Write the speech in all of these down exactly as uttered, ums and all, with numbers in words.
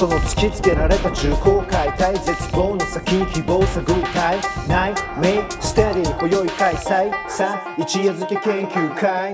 その突きつけられた重厚解体絶望の先に希望探るたいないメイステディ今宵開催さあ一夜漬け研究会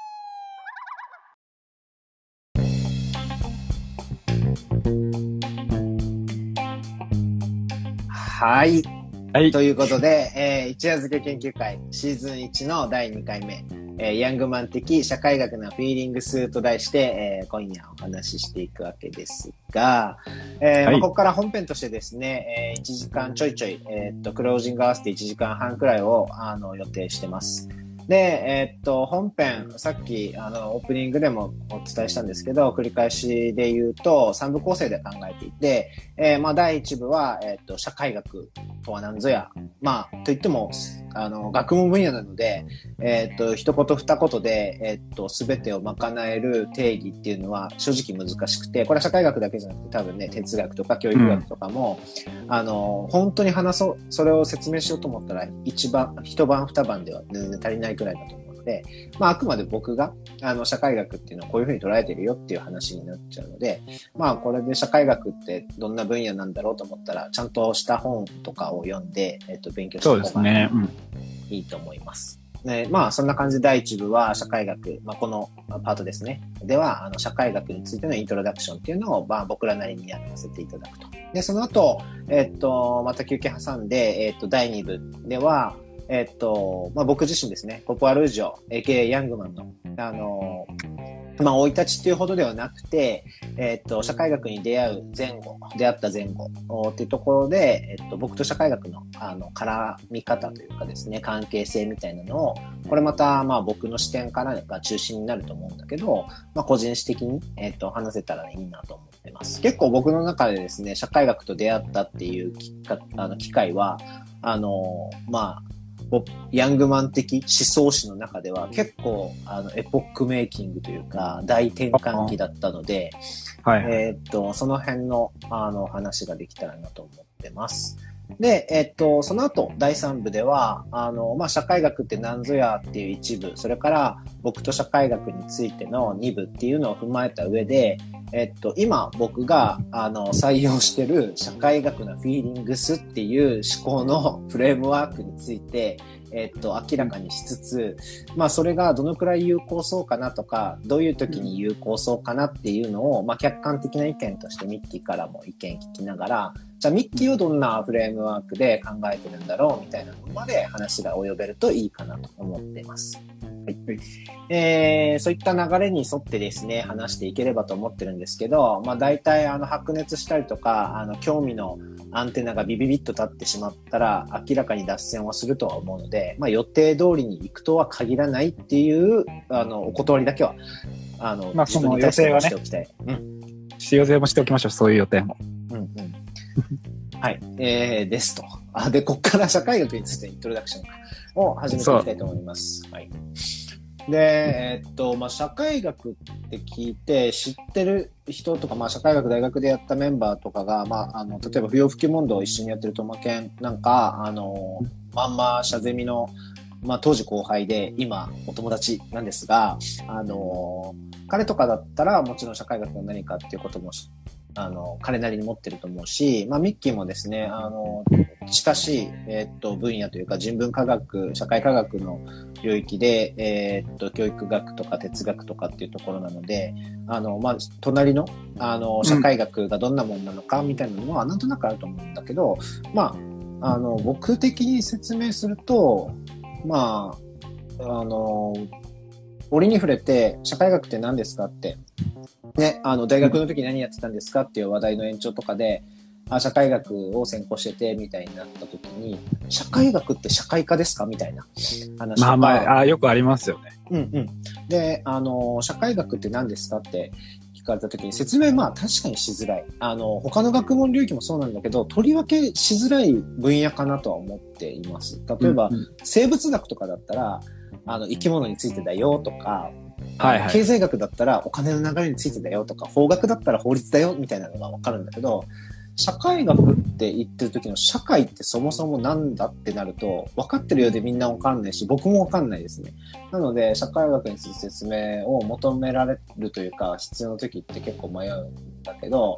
はい、はい、ということで、えー、一夜漬け研究会シーズンいちのだいにかいめ、えー、ヤングマン的社会学なフィーリングスと題して、えー、今夜お話ししていくわけですが、えーはいまあ、ここから本編としてですね、えー、いちじかんちょいちょい、えー、っとクロージング合わせていちじかんはんくらいをあの予定してます。で、えー、っと、本編、さっき、あの、オープニングでもお伝えしたんですけど、繰り返しで言うと、さん部構成で考えていて、えー、まあ、だいいち部は、えー、っと、社会学とは何ぞや、まあ、といっても、あの、学問分野なので、えー、っと、一言二言で、えー、っと、すべてを賄える定義っていうのは正直難しくて、これは社会学だけじゃなくて、多分ね、哲学とか教育学とかも、うん、あの、本当に話そう、それを説明しようと思ったら、一晩、一晩二晩では全然足りないくらいだと思うので、まあ、あくまで僕が、あの、社会学っていうのはこういうふうに捉えてるよっていう話になっちゃうので、まあ、これで社会学ってどんな分野なんだろうと思ったら、ちゃんとした本とかを読んで、えっと、勉強した方がいいと思います。ね、まあ、そんな感じでだいいち部は社会学、まあ、このパートですね。では、あの、社会学についてのイントロダクションっていうのを、まあ、僕らなりにやらせていただくと。で、その後、えっと、また休憩挟んで、えっと、だいに部では、えっと、まあ、僕自身ですね、ポポアルージョ、エーケー ヤングマンの、あの、まあ、生い立ちっていうほどではなくて、えっと、社会学に出会う前後、出会った前後っていうところで、えっと、僕と社会学の、あの、絡み方というかですね、関係性みたいなのを、これまた、まあ、僕の視点からが中心になると思うんだけど、まあ、個人史的に、えっと、話せたらいいなと思ってます。結構僕の中でですね、社会学と出会ったっていうきっか、あの、機会は、あの、まあ、ヤングマン的思想史の中では結構あのエポックメイキングというか大転換期だったので、はいはい、えー、っとその辺のあの話ができたらなと思ってます。で、えー、っとその後だいさん部ではあの、まあ、社会学って何ぞやっていう一部、それから僕と社会学についてのに部っていうのを踏まえた上で、えっと、今僕があの採用してる社会学のフィーリングスっていう思考のフレームワークについて、えっと、明らかにしつつ、まあそれがどのくらい有効そうかなとか、どういう時に有効そうかなっていうのを、まあ客観的な意見としてミッキーからも意見聞きながら、じゃあミッキーはどんなフレームワークで考えてるんだろうみたいなのまで話が及べるといいかなと思っています。はい、えー、そういった流れに沿ってですね、話していければと思ってるんですけど、まあ大体あの白熱したりとか、あの興味のアンテナがビビビッと立ってしまったら明らかに脱線はするとは思うので、まあ予定通りに行くとは限らないっていうあのお断りだけはあの、 まあ、その予定はね、しておきたい。うん。予定もしておきましょう。そういう予定も。うんうん。 はい、えー、ですと。あ、でここから社会学についてイントロダクションを始めていきたいと思います。はい。で、えー、っと、まあ、社会学って聞いて知ってる人とか、まあ、社会学大学でやったメンバーとかが、まあ、あの、例えば不要不急問答を一緒にやってるトマケンなんか、あの、まんま社ゼミの、まあ、当時後輩で、今、お友達なんですが、あの、彼とかだったら、もちろん社会学が何かっていうこともあの、彼なりに持ってると思うし、まあ、ミッキーもですね、あの、近しい、えー、っと、分野というか、人文科学、社会科学の領域で、えー、っと、教育学とか哲学とかっていうところなので、あの、まあ、隣の、あの、社会学がどんなもんなのかみたいなのは、なんとなくあると思うんだけど、まあ、あの、僕的に説明すると、まあ、あの、折に触れて、社会学って何ですかって、ね、あの、大学の時何やってたんですかっていう話題の延長とかで、あ、社会学を専攻してて、みたいになった時に、社会学って社会科ですかみたいな話とか。 まあまあ、あ、よくありますよね。 うんうん。で、あの、社会学って何ですかって聞かれた時に、説明まあ確かにしづらい。あの、他の学問領域もそうなんだけど、とりわけしづらい分野かなとは思っています。例えば、うんうん、生物学とかだったら、あの、生き物についてだよとか、はいはい、経済学だったらお金の流れについてだよとか、法学だったら法律だよみたいなのがわかるんだけど、社会学って言ってる時の社会ってそもそもなんだってなると、分かってるようでみんなわかんないし、僕もわかんないですね。なので、社会学について説明を求められるというか、必要な時って結構迷うんだけど、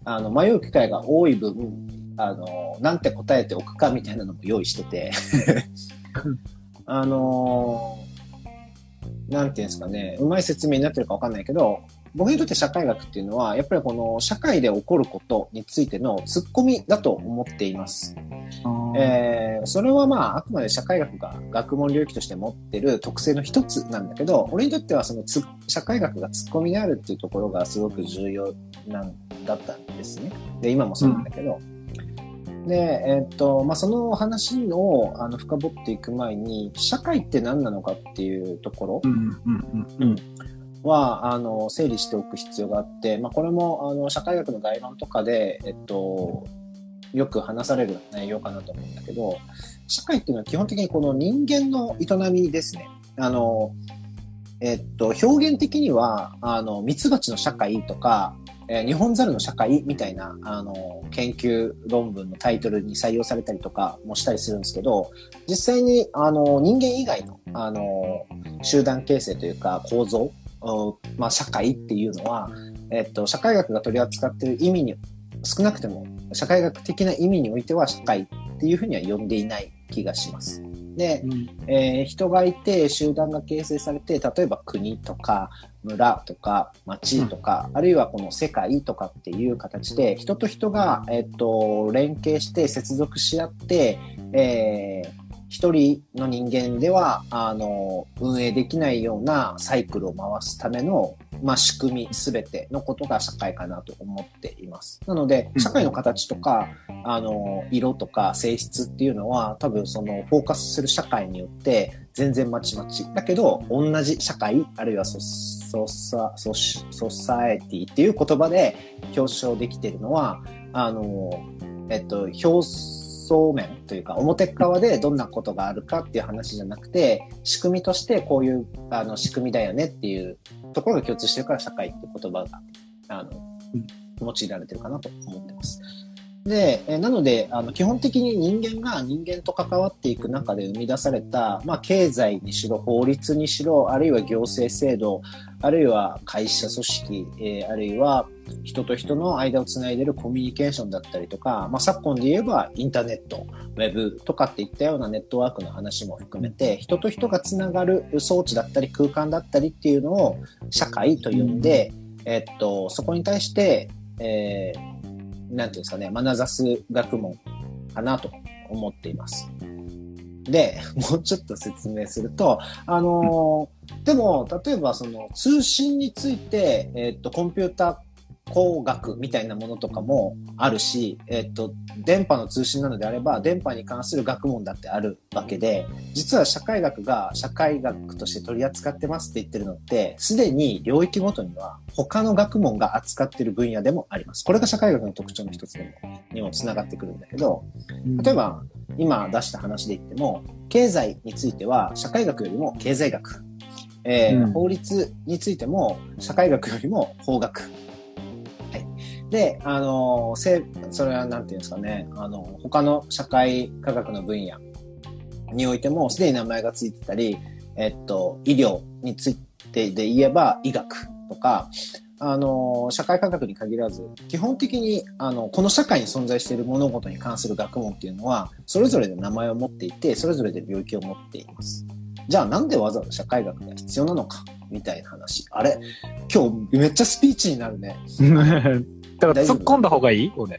あの、迷う機会が多い分、あの、なんて答えておくかみたいなのも用意してて、あの、なんていうんですかね、うまい説明になってるかわかんないけど、僕にとって社会学っていうのは、やっぱりこの社会で起こることについてのツッコミだと思っています。えー、それはまあ、あくまで社会学が学問領域として持ってる特性の一つなんだけど、俺にとってはそのつ社会学がツッコミであるっていうところがすごく重要なんだったんですね。で、今もそうなんだけど。うん、で、えーっと、まあ、その話をあの深掘っていく前に、社会って何なのかっていうところ、うんうんうんうんは、あの、整理しておく必要があって、まあ、これも、あの、社会学の概論とかで、えっと、よく話される内容かなと思うんだけど、社会っていうのは基本的にこの人間の営みですね。あの、えっと、表現的には、あの、ミツバチの社会とか、えー、日本猿の社会みたいな、あの、研究論文のタイトルに採用されたりとかもしたりするんですけど、実際に、あの、人間以外の、あの、集団形成というか構造、まあ、社会っていうのは、えっと、社会学が取り扱っている意味に、少なくても社会学的な意味においては社会っていうふうには呼んでいない気がします。で、うん、えー、人がいて集団が形成されて、例えば国とか村とか町とか、うん、あるいはこの世界とかっていう形で人と人が、えっと、連携して接続し合って、えー一人の人間では、あの、運営できないようなサイクルを回すための、まあ、仕組みすべてのことが社会かなと思っています。なので、社会の形とか、あの、色とか性質っていうのは、多分その、フォーカスする社会によって全然まちまち。だけど、同じ社会、あるいはソ、ソサ、ソシ、ソサエティっていう言葉で表彰できているのは、あの、えっと、表層面というか表側でどんなことがあるかっていう話じゃなくて、仕組みとしてこういうあの仕組みだよねっていうところが共通してるから社会っていう言葉があの用いられてるかなと思ってます。で、えなのであの基本的に人間が人間と関わっていく中で生み出された、まあ、経済にしろ法律にしろ、あるいは行政制度、あるいは会社組織、えー、あるいは人と人の間をつないでいるコミュニケーションだったりとか、まあ、昨今で言えばインターネット、ウェブとかっていったようなネットワークの話も含めて、人と人がつながる装置だったり空間だったりっていうのを社会と呼んで、えっと、そこに対して、えーなんていうんですかね、眼差す学問かなと思っています。で、もうちょっと説明すると、あのー、でも、例えばその通信について、えっと、コンピューター工学みたいなものとかもあるし、えっと、電波の通信なのであれば、電波に関する学問だってあるわけで、実は社会学が社会学として取り扱ってますって言ってるのって、すでに領域ごとには他の学問が扱ってる分野でもあります。これが社会学の特徴の一つでも、にもつながってくるんだけど、例えば、今出した話で言っても、経済については社会学よりも経済学、えーうん、法律についても社会学よりも法学、で、あの、せ、それはなんていうんですかね、あの、他の社会科学の分野においても、すでに名前がついてたり、えっと、医療についてで言えば医学とか、あの、社会科学に限らず、基本的に、あの、この社会に存在している物事に関する学問っていうのは、それぞれで名前を持っていて、それぞれで領域を持っています。じゃあなんでわざわざ社会学が必要なのかみたいな話。あれ今日めっちゃスピーチになるね。 だから突っ込んだ方がいい俺。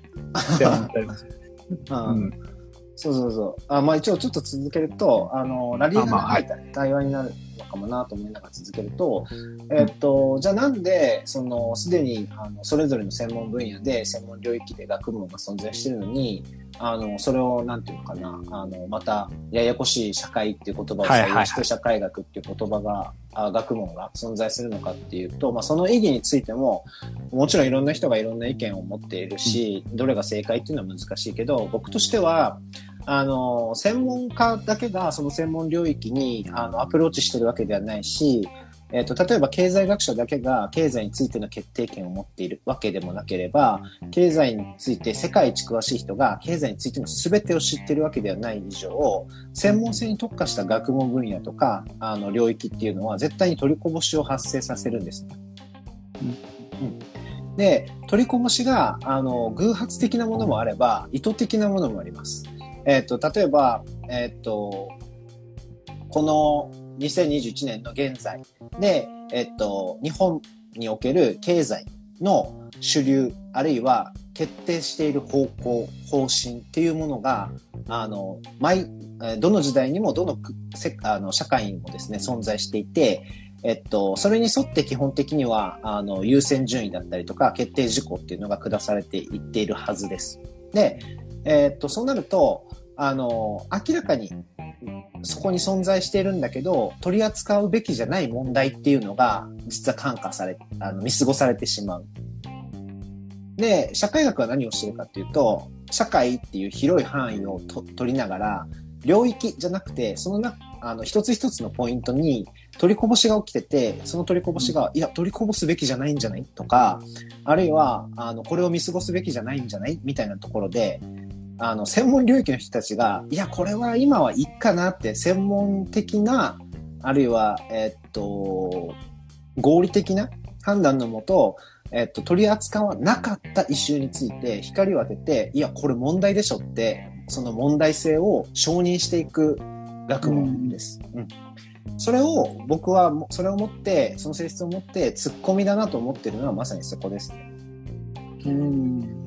うん、そうそうそう。あ、まあ一応ちょっと続けると、あの、ラリーが入った対話になるのかもなと思いながら続けると、えっと、じゃあなんで、その、すでに、あの、それぞれの専門分野で、専門領域で学問が存在しているのに、あの、それを、なんていうのかな、あの、また、ややこしい社会っていう言葉を採用して社会学っていう言葉が、あ学問が存在するのかっていうと、まあ、その意義についても、もちろんいろんな人がいろんな意見を持っているし、どれが正解っていうのは難しいけど、僕としては、あの、専門家だけがその専門領域に、あの、アプローチしてるわけではないし、えっと、例えば経済学者だけが経済についての決定権を持っているわけでもなければ、経済について世界一詳しい人が経済についての全てを知っているわけではない以上、専門性に特化した学問分野とか、あの、領域っていうのは絶対に取りこぼしを発生させるんですね。うんうんで、取りこぼしが、あの、偶発的なものもあれば、意図的なものもあります。えっと、例えば、えっと、このにせんにじゅういちねんの現在で、えっと、日本における経済の主流、あるいは決定している方向、方針っていうものが、あの、毎、どの時代にもどのせあの社会にもですね、存在していて、えっと、それに沿って基本的には、あの、優先順位だったりとか、決定事項っていうのが下されていっているはずです。で、えっと、そうなると、あの、明らかにそこに存在しているんだけど、取り扱うべきじゃない問題っていうのが、実は感化され、あの、見過ごされてしまう。で、社会学は何をしてるかっていうと、社会っていう広い範囲をと取りながら、領域じゃなくて、そのな、あの、一つ一つのポイントに取りこぼしが起きてて、その取りこぼしが、いや、取りこぼすべきじゃないんじゃないとか、あるいは、あの、これを見過ごすべきじゃないんじゃないみたいなところで、あの、専門領域の人たちが、いや、これは今はいいかなって、専門的な、あるいは、えっと、合理的な判断のもと、えっと、取り扱わなかったイシューについて光を当てて、いや、これ問題でしょって、その問題性を承認していく学問です。うんうん、それを、僕は、それを持って、その性質を持って、ツッコミだなと思ってるのはまさにそこですね。うん。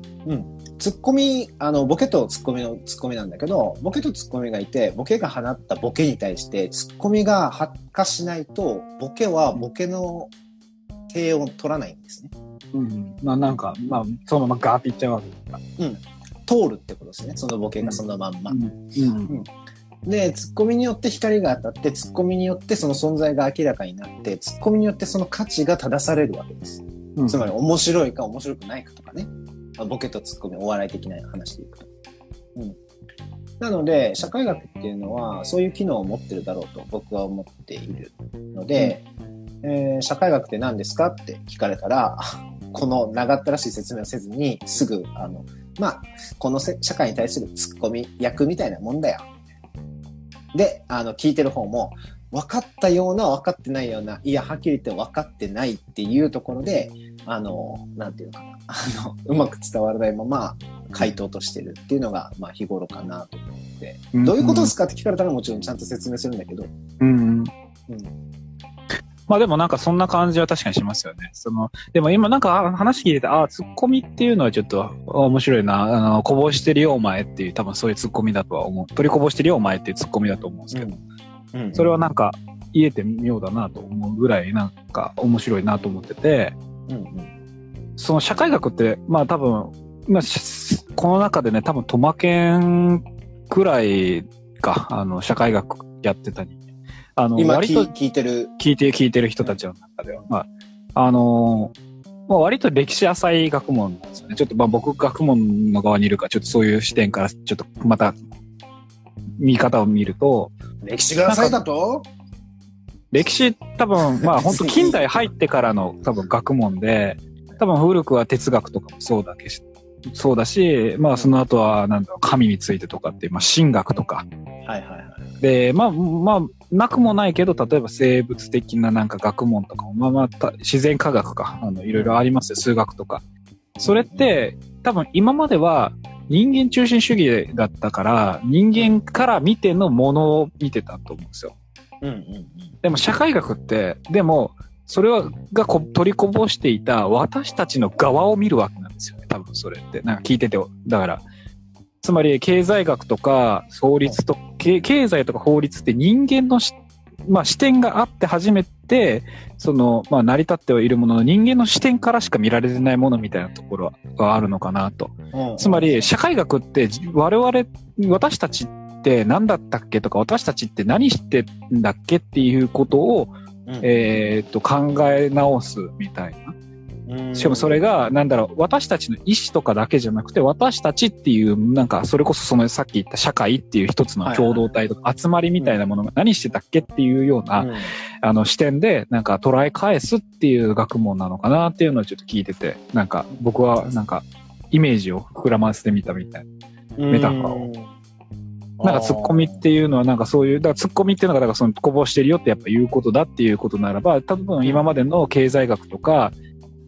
うん。ツッコミ、あの、ボケとツッコミのツッコミなんだけど、ボケとツッコミがいて、ボケが放ったボケに対して、ツッコミが発火しないと、ボケはボケの手を取らないんですね。 うん。まあなんか、まあ、そのままガーっていっちゃうわけですか。 うん。通るってことですね。そのボケがそのまんま。うん。うんうんうん、で、ツッコミによって光が当たって、ツッコミによってその存在が明らかになって、ツッコミによってその価値が正されるわけです。うん、つまり面白いか面白くないかとかね。ボケとツッコミ、お笑い的な話でいくと。うん。なので、社会学っていうのは、そういう機能を持ってるだろうと僕は思っているので、うん、えー、社会学って何ですかって聞かれたら、この長ったらしい説明をせずに、すぐ、あの、まあ、この社会に対するツッコミ役みたいなもんだよ。で、あの、聞いてる方も、分かったような、分かってないような、いや、はっきり言って分かってないっていうところで、あの、なんていうのかな、あの、うまく伝わらないまま回答としてるっていうのが、まあ、日頃かなと思って、うんうん、どういうことですかって聞かれたらもちろんちゃんと説明するんだけど。 うん、うん。まあでもなんかそんな感じは確かにしますよね。その、でも今なんか話聞いてて、ああ、ツッコミっていうのはちょっと面白いな。あの、こぼしてるよお前っていう、多分そういうツッコミだとは思う。取りこぼしてるよお前っていうツッコミだと思うんですけど。うんうん、それはなんか言えて妙だなと思うぐらいなんか面白いなと思ってて、うんうん、その社会学ってまあ多分、まあ、この中でね多分トマケンくらいかあの社会学やってたりあの今割と聞いてる聞いて聞いてる人たちの中では、まああのまあ、割と歴史浅い学問なんですよね。ちょっとまあ僕学問の側にいるからちょっとそういう視点からちょっとまた見方を見ると歴史が浅いだと歴史多分まあ本当近代入ってからの多分学問で多分古くは哲学とかもそうだけそうだしまあその後はなんだろう神についてとかってまあ神学とかはいはいはいでまあまあなくもないけど例えば生物的ななんか学問とかもまあまあ自然科学かあのいろいろありますよ数学とかそれって多分今までは人間中心主義だったから人間から見てのものを見てたと思うんですよ。うんうんうん、でも社会学ってでもそれはがこ取りこぼしていた私たちの側を見るわけなんですよね多分それってなんか聞いててだからつまり経済学とか法律と経済とか法律って人間のし、まあ、視点があって初めてその、まあ、成り立ってはいるものの人間の視点からしか見られてないものみたいなところがあるのかなと、うん、つまり社会学って我々私たちって何だったっけとか私たちって何してんだっけっていうことを、うんえー、っと考え直すみたいなしかもそれがなんだろう私たちの意思とかだけじゃなくて私たちっていうなんかそれこそそのさっき言った社会っていう一つの共同体とか集まりみたいなものが何してたっけっていうような、うん、あの視点でなんか捉え返すっていう学問なのかなっていうのをちょっと聞いててなんか僕はなんかイメージを膨らませてみたみたいなメタファーを。なんかツッコミっていうのはなんかそういうだからツッコミっていうのがだからそのこぼしてるよってやっぱ言うことだっていうことならば多分今までの経済学とか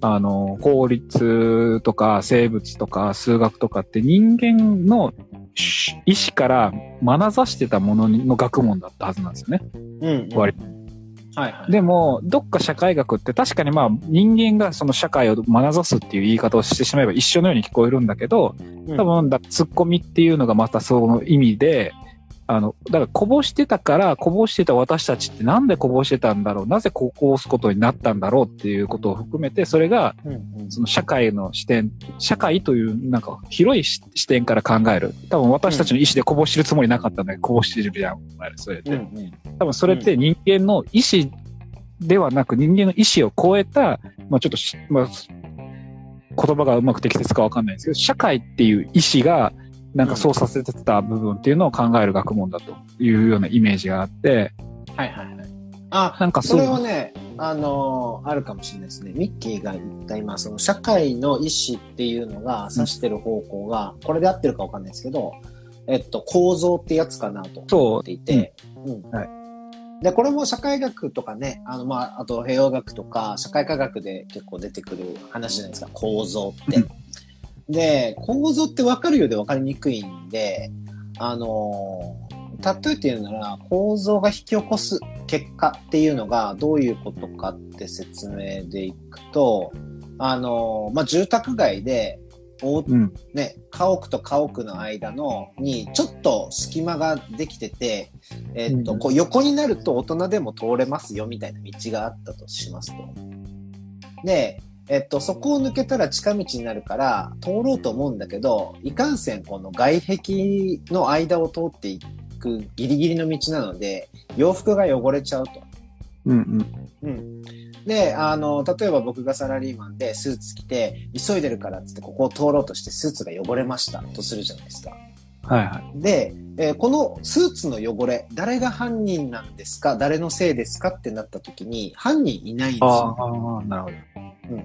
あの、法律とか生物とか数学とかって人間の意思から眼差してたものの学問だったはずなんですよね。 うん、うん。 割と。はいはい。でも、どっか社会学って確かにまあ人間がその社会を眼差すっていう言い方をしてしまえば一緒のように聞こえるんだけど、多分だ、ツッコミっていうのがまたその意味で、あの、だからこぼしてたから、こぼしてた私たちってなんでこぼしてたんだろう、なぜここを押すことになったんだろうっていうことを含めて、それが、その社会の視点、社会というなんか広い視点から考える。多分私たちの意思でこぼしてるつもりなかったんだけど、こぼしてるじゃん、それって。多分それって人間の意思ではなく、人間の意思を超えた、まあちょっと、まあ、言葉がうまく適切かわかんないんですけど、社会っていう意思が、なんかそうさせてた部分っていうのを考える学問だというようなイメージがあって。 はいはいはい。あ、なんかそれはね、あのー、あるかもしれないですね。ミッキーが言った今、その社会の意思っていうのが指してる方向が、うん、これで合ってるかわかんないですけど、えっと、構造ってやつかなと思っていて、う。うん。うん、はい。で、これも社会学とかね、あの、まあ、あと平和学とか社会科学で結構出てくる話じゃないですか、構造って。うんで、構造って分かるようで分かりにくいんで、あのー、例えて言うなら、構造が引き起こす結果っていうのがどういうことかって説明でいくと、あのー、まあ、住宅街で、うん、ね、家屋と家屋の間のにちょっと隙間ができてて、えーっと、うん、こう横になると大人でも通れますよみたいな道があったとしますと。で、えっと、そこを抜けたら近道になるから通ろうと思うんだけど、いかんせんこの外壁の間を通っていくギリギリの道なので、洋服が汚れちゃうと。 うんうん。 うん。で、あの、例えば僕がサラリーマンでスーツ着て、急いでるからっつってここを通ろうとしてスーツが汚れましたとするじゃないですか。 はいはい。 で、えー、このスーツの汚れ、誰が犯人なんですか、誰のせいですかってなった時に、犯人いないんですよ。 ああ、なるほど。 うん、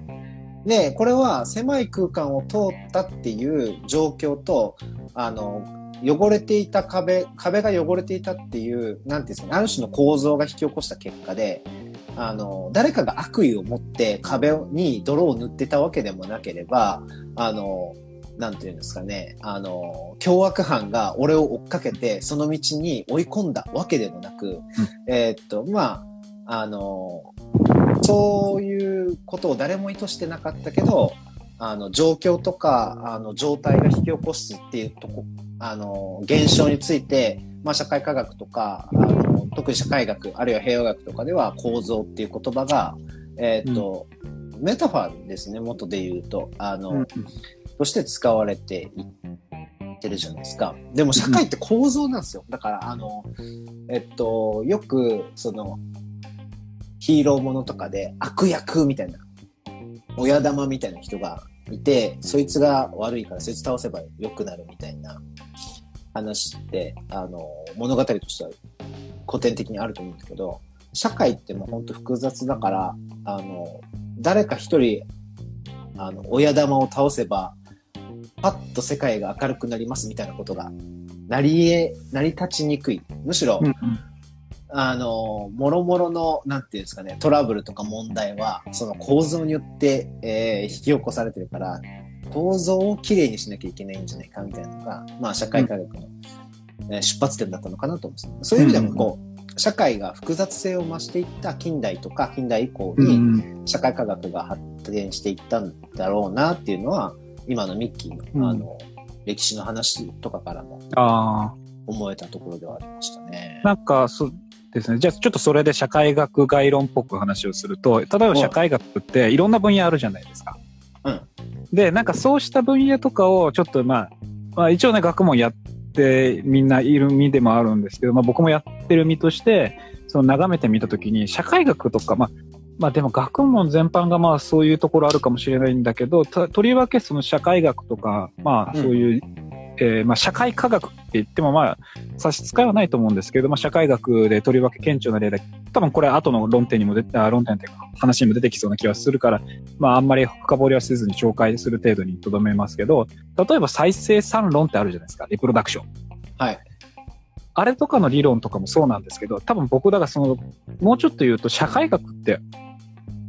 で、これは狭い空間を通ったっていう状況と、あの、汚れていた壁、壁が汚れていたっていう、なんていうんですかね、ある種の構造が引き起こした結果で、あの、誰かが悪意を持って壁に泥を塗ってたわけでもなければ、あの、なんていうんですかね、あの、凶悪犯が俺を追っかけて、その道に追い込んだわけでもなく、うん、えー、っと、まあ、あの、そういうことを誰も意図してなかったけど、あの、状況とか、あの、状態が引き起こすっていうとこ、あの、現象について、まあ、社会科学とか、あの、特に社会学、あるいは平和学とかでは構造っていう言葉が、えー、っと、うん、メタファーですね、元で言うと、あの、うん、として使われていってるじゃないですか。でも社会って構造なんですよ。だから、あの、えっと、よく、その、ヒーローものとかで悪役みたいな、親玉みたいな人がいて、そいつが悪いからそいつ倒せば良くなるみたいな話って、あの、物語としては古典的にあると思うんだけど、社会ってもうほんと複雑だから、あの、誰か一人、あの、親玉を倒せば、パッと世界が明るくなりますみたいなことが、なりえ、成り立ちにくい。むしろ、うんうん、あの、もろもろの、なんていうんですかね、トラブルとか問題は、その構造によって、えー、引き起こされてるから、構造をきれいにしなきゃいけないんじゃないかみたいなのが、まあ、社会科学の、うん、出発点だったのかなと思うんです。そういう意味でも、こう、うんうん、社会が複雑性を増していった近代とか近代以降に、社会科学が発展していったんだろうなっていうのは、今のミッキーの、あの、うん、歴史の話とかからも、思えたところではありましたね。 なんか、そうですね。じゃあ、ちょっとそれで社会学概論っぽく話をすると、例えば社会学っていろんな分野あるじゃないですか。 うん。 で、なんかそうした分野とかをちょっとまあ、まあ一応ね、学問やってみんないる身でもあるんですけど、まあ僕もやってる身として、その眺めてみたときに、社会学とか、まあ、まあでも学問全般がまあそういうところあるかもしれないんだけど、と, とりわけその社会学とか、まあそういう、うん、えー、まあ社会科学って言ってもまあ差し支えはないと思うんですけど、まあ社会学でとりわけ顕著な例で、多分これ後の論点にも出て、論点っていうか話にも出てきそうな気はするから、まああんまり深掘りはせずに紹介する程度にとどめますけど、例えば再生産論ってあるじゃないですか、リプロダクション。 はい。 あれとかの理論とかもそうなんですけど、多分僕だからその、もうちょっと言うと社会学って、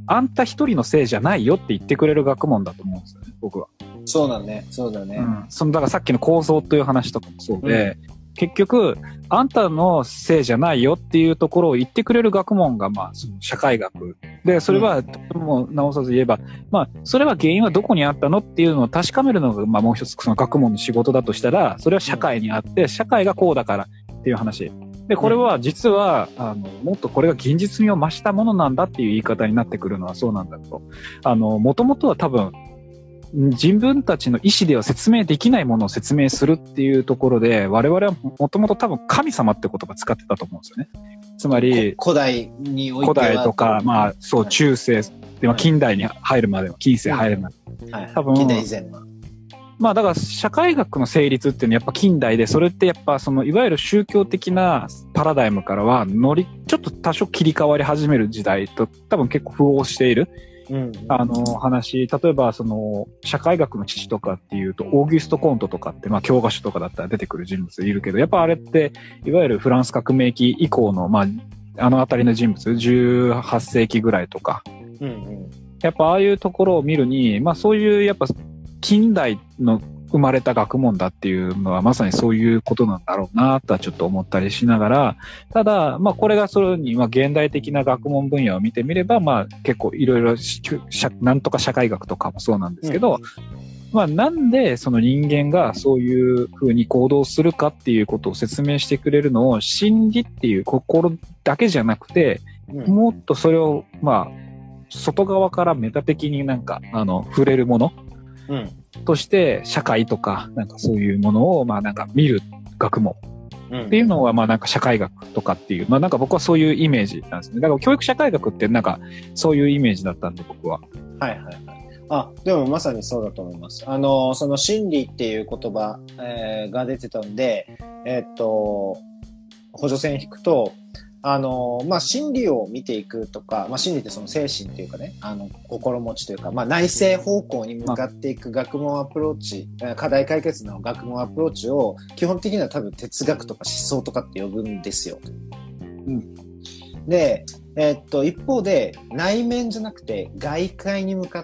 あんた一人のせいじゃないよって言ってくれる学問だと思うんですよね、僕は。 そうだね、そうだね。うん、 その、だからさっきの構造という話とかもそうで、うん、結局、あんたのせいじゃないよっていうところを言ってくれる学問が、まあ、その社会学。で、それは、とても直さず言えば、まあ、それは原因はどこにあったのっていうのを確かめるのが、まあ、もう一つ、その学問の仕事だとしたら、それは社会にあって、社会がこうだからっていう話。で、これは実は、あの、もっとこれが現実味を増したものなんだっていう言い方になってくるのはそうなんだと。あの、もともとは多分、自分たちの意思では説明できないものを説明するっていうところで、我々はもともと多分神様って言葉使ってたと思うんですよね。つまり、 古代においては。 古代とか、まあ、そう、中世、でまあ、近代に入るまでは、近世入るまで。 はい、多分、近代以前は。 まあだから社会学の成立っていうのはやっぱ近代で、それってやっぱそのいわゆる宗教的なパラダイムからは乗り、ちょっと多少切り替わり始める時代と多分結構符合している、うん、あの話、例えばその社会学の父とかっていうとオーギュスト・コントとかってまあ教科書とかだったら出てくる人物いるけど、やっぱあれっていわゆるフランス革命期以降のまああのあたりの人物、じゅうはっせいきぐらいとか、うんうん、やっぱああいうところを見るに、まあそういうやっぱ近代の生まれた学問だっていうのはまさにそういうことなんだろうなとはちょっと思ったりしながら、ただまあこれがそれにまあ現代的な学問分野を見てみれば、まあ結構いろいろなんとか社会学とかもそうなんですけど、うん、まあなんでその人間がそういうふうに行動するかっていうことを説明してくれるのを心理っていう心だけじゃなくて、うん、もっとそれをまあ外側からメタ的になんかあの触れるもの、うん、として社会とかなんかそういうものをまあなんか見る学問っていうのはまあなんか社会学とかっていう、まあなんか僕はそういうイメージなんですね。だから教育社会学ってなんかそういうイメージだったんで僕は。 はいはいはい。あ、でもまさにそうだと思います。あの、その心理っていう言葉、えー、が出てたんで、えー、っと、補助線引くと、あの、まあ、心理を見ていくとか、まあ、心理ってその精神というかね、あの、心持ちというか、まあ、内省方向に向かっていく学問アプローチ、課題解決の学問アプローチを、基本的には多分哲学とか思想とかって呼ぶんですよ。うん。で、えー、っと、一方で、内面じゃなくて、外界に向かって、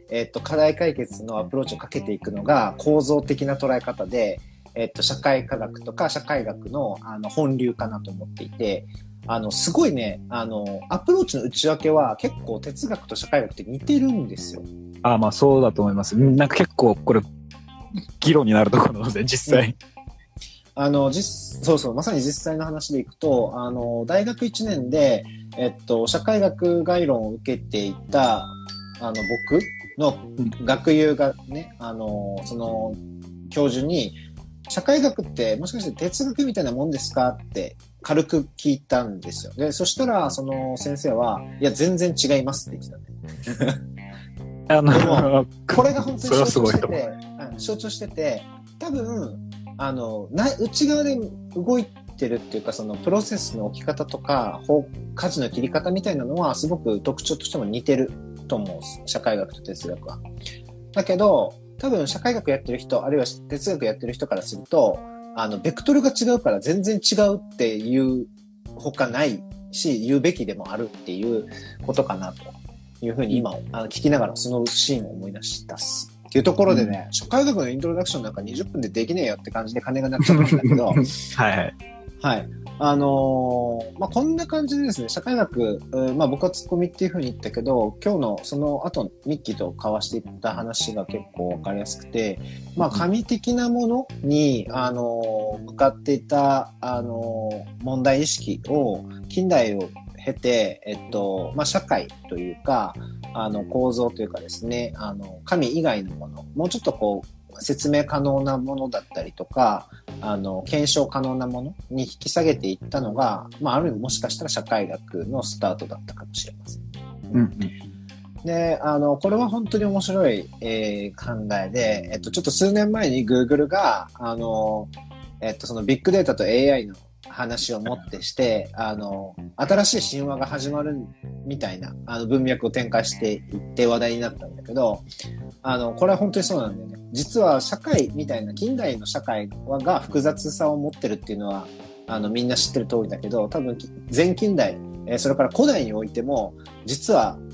えー、っと、課題解決のアプローチをかけていくのが構造的な捉え方で、えー、っと、社会科学とか社会学の、あの、本流かなと思っていて、あの、すごいね、あの、アプローチの内訳は結構哲学と社会学って似てるんですよ。 ああ、まあそうだと思います。なんか結構これ、議論になるところなので、実際。うん、 あの、実、そうそう、まさに実際の話でいくと、あの、大学いちねんで、えっと、社会学概論を受けていた、あの、僕の学友がね、あの、その、教授に、社会学ってもしかして哲学みたいなもんですかって軽く聞いたんですよ。で、そしたらその先生は、いや全然違いますって言ってたね。あの、でもこれが本当に象徴してて、象徴してて、多分、あの、内側で動いてるっていうか、そのプロセスの置き方とか、舵の切り方みたいなのはすごく特徴としても似てると思う。社会学と哲学は。だけど、多分社会学やってる人、あるいは哲学やってる人からすると、あの、ベクトルが違うから全然違うっていうほかないし、言うべきでもあるっていうことかなというふうに今、あの聞きながらそのシーンを思い出したっす。っていうところでね、うん、社会学のイントロダクションなんかにじゅっぷんでできねえよって感じで金がなっちゃったんだけど、はいはい。はい。あのー、まあ、こんな感じでですね、社会学、まあ、僕はツッコミっていう風に言ったけど、今日のその後、ミッキーと交わしていった話が結構わかりやすくて、まあ、神的なものに、あのー、向かっていた、あのー、問題意識を、近代を経て、えっと、まあ、社会というか、あの、構造というかですね、あの、神以外のもの、もうちょっとこう、説明可能なものだったりとか、あの、検証可能なものに引き下げていったのが、まあ、ある意味もしかしたら社会学のスタートだったかもしれません。うん。で、あの、これは本当に面白い、えー、考えで、えっと、ちょっと数年前に Google が、あの、えっと、そのビッグデータと エーアイ の話をもってして、あの、新しい神話が始まるみたいな、あの、文脈を展開していって話題になったんだけど、あの、これは本当にそうなんだよね。実は社会みたいな、近代の社会が複雑さを持ってるっていうのは、あの、みんな知ってる通りだけど、多分、前近代、えー、それから古代においても、実は、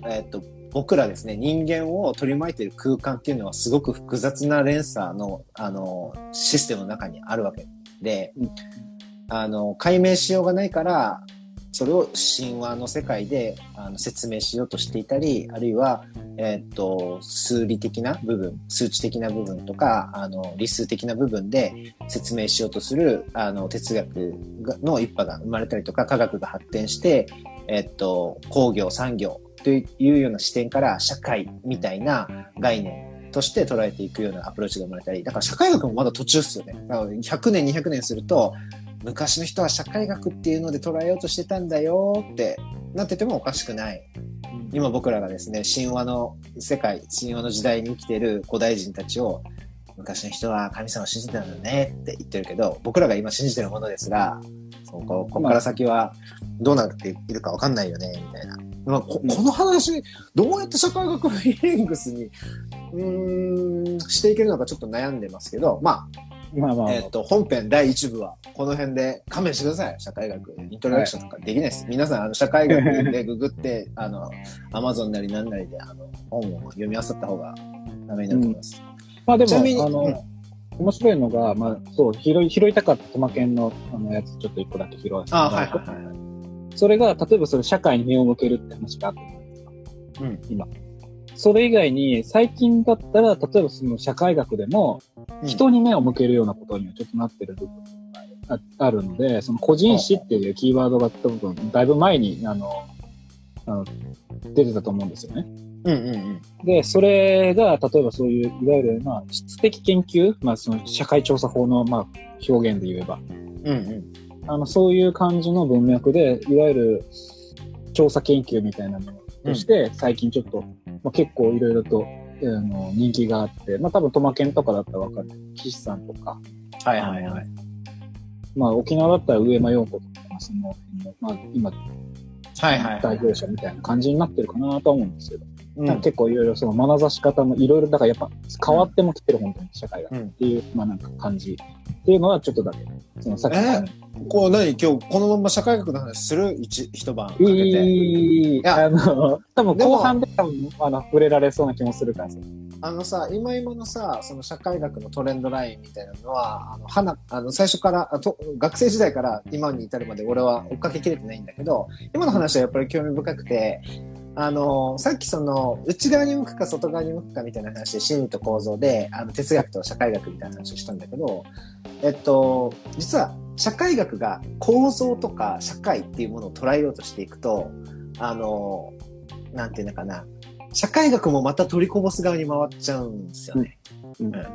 えっと、僕らですね、人間を取り巻いている空間っていうのはすごく複雑な連鎖の、あの、システムの中にあるわけで、うん、あの、解明しようがないから、それを神話の世界であの説明しようとしていたり、あるいは、えっと、数理的な部分、数値的な部分とか、あの、理数的な部分で説明しようとする、あの、哲学の一派が生まれたりとか、科学が発展して、えっと、工業、産業というような視点から社会みたいな概念として捉えていくようなアプローチが生まれたり、だから社会学もまだ途中ですよね。だからひゃくねん、にひゃくねんすると、昔の人は社会学っていうので捉えようとしてたんだよってなっててもおかしくない。今僕らがですね、神話の世界、神話の時代に生きている古代人たちを、昔の人は神様を信じてたんだねって言ってるけど、僕らが今信じてるものですが、そうここから先はどうなっているか分かんないよね、みたいな。まあ、こ, この話、どうやって社会学フィーリングスに、うーん、していけるのかちょっと悩んでますけど、まあ、まあまあ、えっと、本編だいいち部は、この辺で勘弁してください。社会学。イントロダクションとかできないです。はい、皆さん、あの、社会学でググって、あの、アマゾンなりなんなりで、あの、本を読み漁った方がダメになると思います。うん、 まあでも、あの、うん、面白いのが、まあ、そう、拾い、拾いたかったトマケンの、あの、やつ、ちょっと一個だけ拾わせてもらうと。あ、はいはいはい。それが、例えばそれ、社会に目を向けるって話があったじゃないですか。うん。今。それ以外に、最近だったら、例えばその社会学でも、人に目を向けるようなことにはちょっとなってる部分が あ, あるので、その個人史っていうキーワードが多分、だいぶ前に、あの、あの出てたと思うんですよね。うんうんうん。で、それが、例えばそういう、いわゆる、まあ、質的研究、まあ、その社会調査法の、まあ、表現で言えば、うんうん。あの、そういう感じの文脈で、いわゆる、調査研究みたいなものとして、最近ちょっと、まあ、結構いろいろと、あの人気があって、まあ多分トマケンとかだったらわかる。岸さんとか。はいはいはい。まあ沖縄だったら上間陽子とか、その、まあ今、はいはい。代表者みたいな感じになってるかなと思うんですけど。うん、結構いろいろその眼差し方もいろいろ、だからやっぱ変わってもきてる、本当に社会が、うん、っていう、まあなんか感じっていうのはちょっとだけ、そのさっきの、 えー、こう何今日このまま社会学の話する一一晩かけて。 いい、あの、多分後半で多分あの触れられそうな気もするからさ。 あのさ、今今のさ、その社会学のトレンドラインみたいなのは、あの、花、あの、最初からあと、学生時代から今に至るまで俺は追っかけきれてないんだけど、今の話はやっぱり興味深くて、あの、さっきその、内側に向くか外側に向くかみたいな話で、心理と構造で、あの、哲学と社会学みたいな話をしたんだけど、えっと、実は、社会学が構造とか社会っていうものを捉えようとしていくと、あの、なんていうのかな、社会学もまた取りこぼす側に回っちゃうんですよね。うんうん、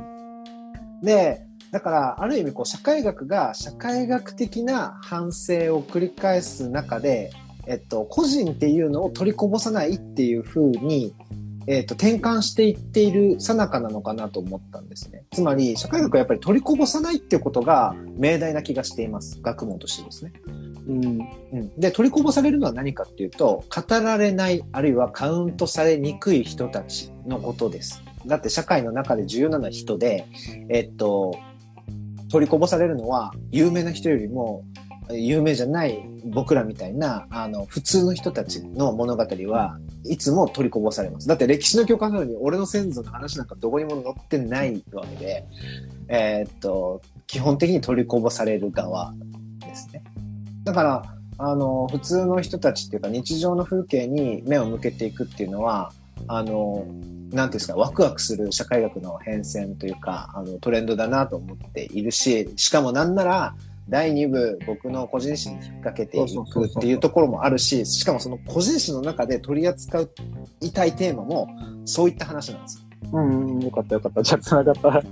で、だから、ある意味こう、社会学が社会学的な反省を繰り返す中で、えっと、個人っていうのを取りこぼさないっていう風に、えっと、転換していっている最中なのかなと思ったんですね。つまり、社会学はやっぱり取りこぼさないっていうことが命題な気がしています。学問としてですね。うんうん、で、取りこぼされるのは何かっていうと、語られない、あるいはカウントされにくい人たちのことです。だって社会の中で重要なのは人で、えっと、取りこぼされるのは有名な人よりも、有名じゃない僕らみたいなあの普通の人たちの物語はいつも取りこぼされます。だって歴史の教科なのに俺の先祖の話なんかどこにも載ってないわけで、えー、っと基本的に取りこぼされる側ですね。だからあの普通の人たちっていうか日常の風景に目を向けていくっていうのはあのなんていうんですかワクワクする社会学の変遷というかあのトレンドだなと思っているし、しかもなんならだいに部僕の個人史に引っ掛けていくっていうところもあるし、しかもその個人史の中で取り扱いたいテーマもそういった話なんですよ。 うん、よかったよかった。じゃあ繋がった。うん、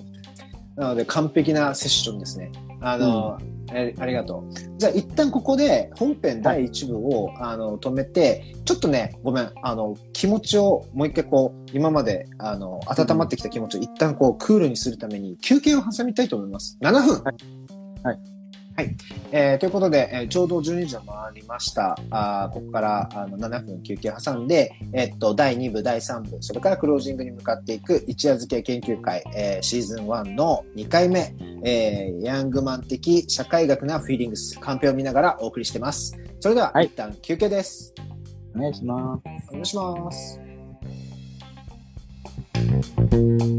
なので完璧なセッションですね。あの、うん、えありがとう。じゃあ一旦ここで本編だいいち部を、はい、あの止めて、ちょっとねごめんあの気持ちをもう一回こう今まであの温まってきた気持ちを一旦こうクールにするために休憩を挟みたいと思います。ななふん。はいはい。はい。えー、ということで、えー、ちょうどじゅうにじを回りました。あここからあのななふん休憩挟んで、えー、っと、だいに部、だいさん部、それからクロージングに向かっていく一夜漬け研究会、えー、シーズンワンのにかいめ、えー、ヤングマン的社会学なフィーリングス、カンペを見ながらお送りしてます。それでは、はい、一旦休憩です。 お願いします。 お願いします。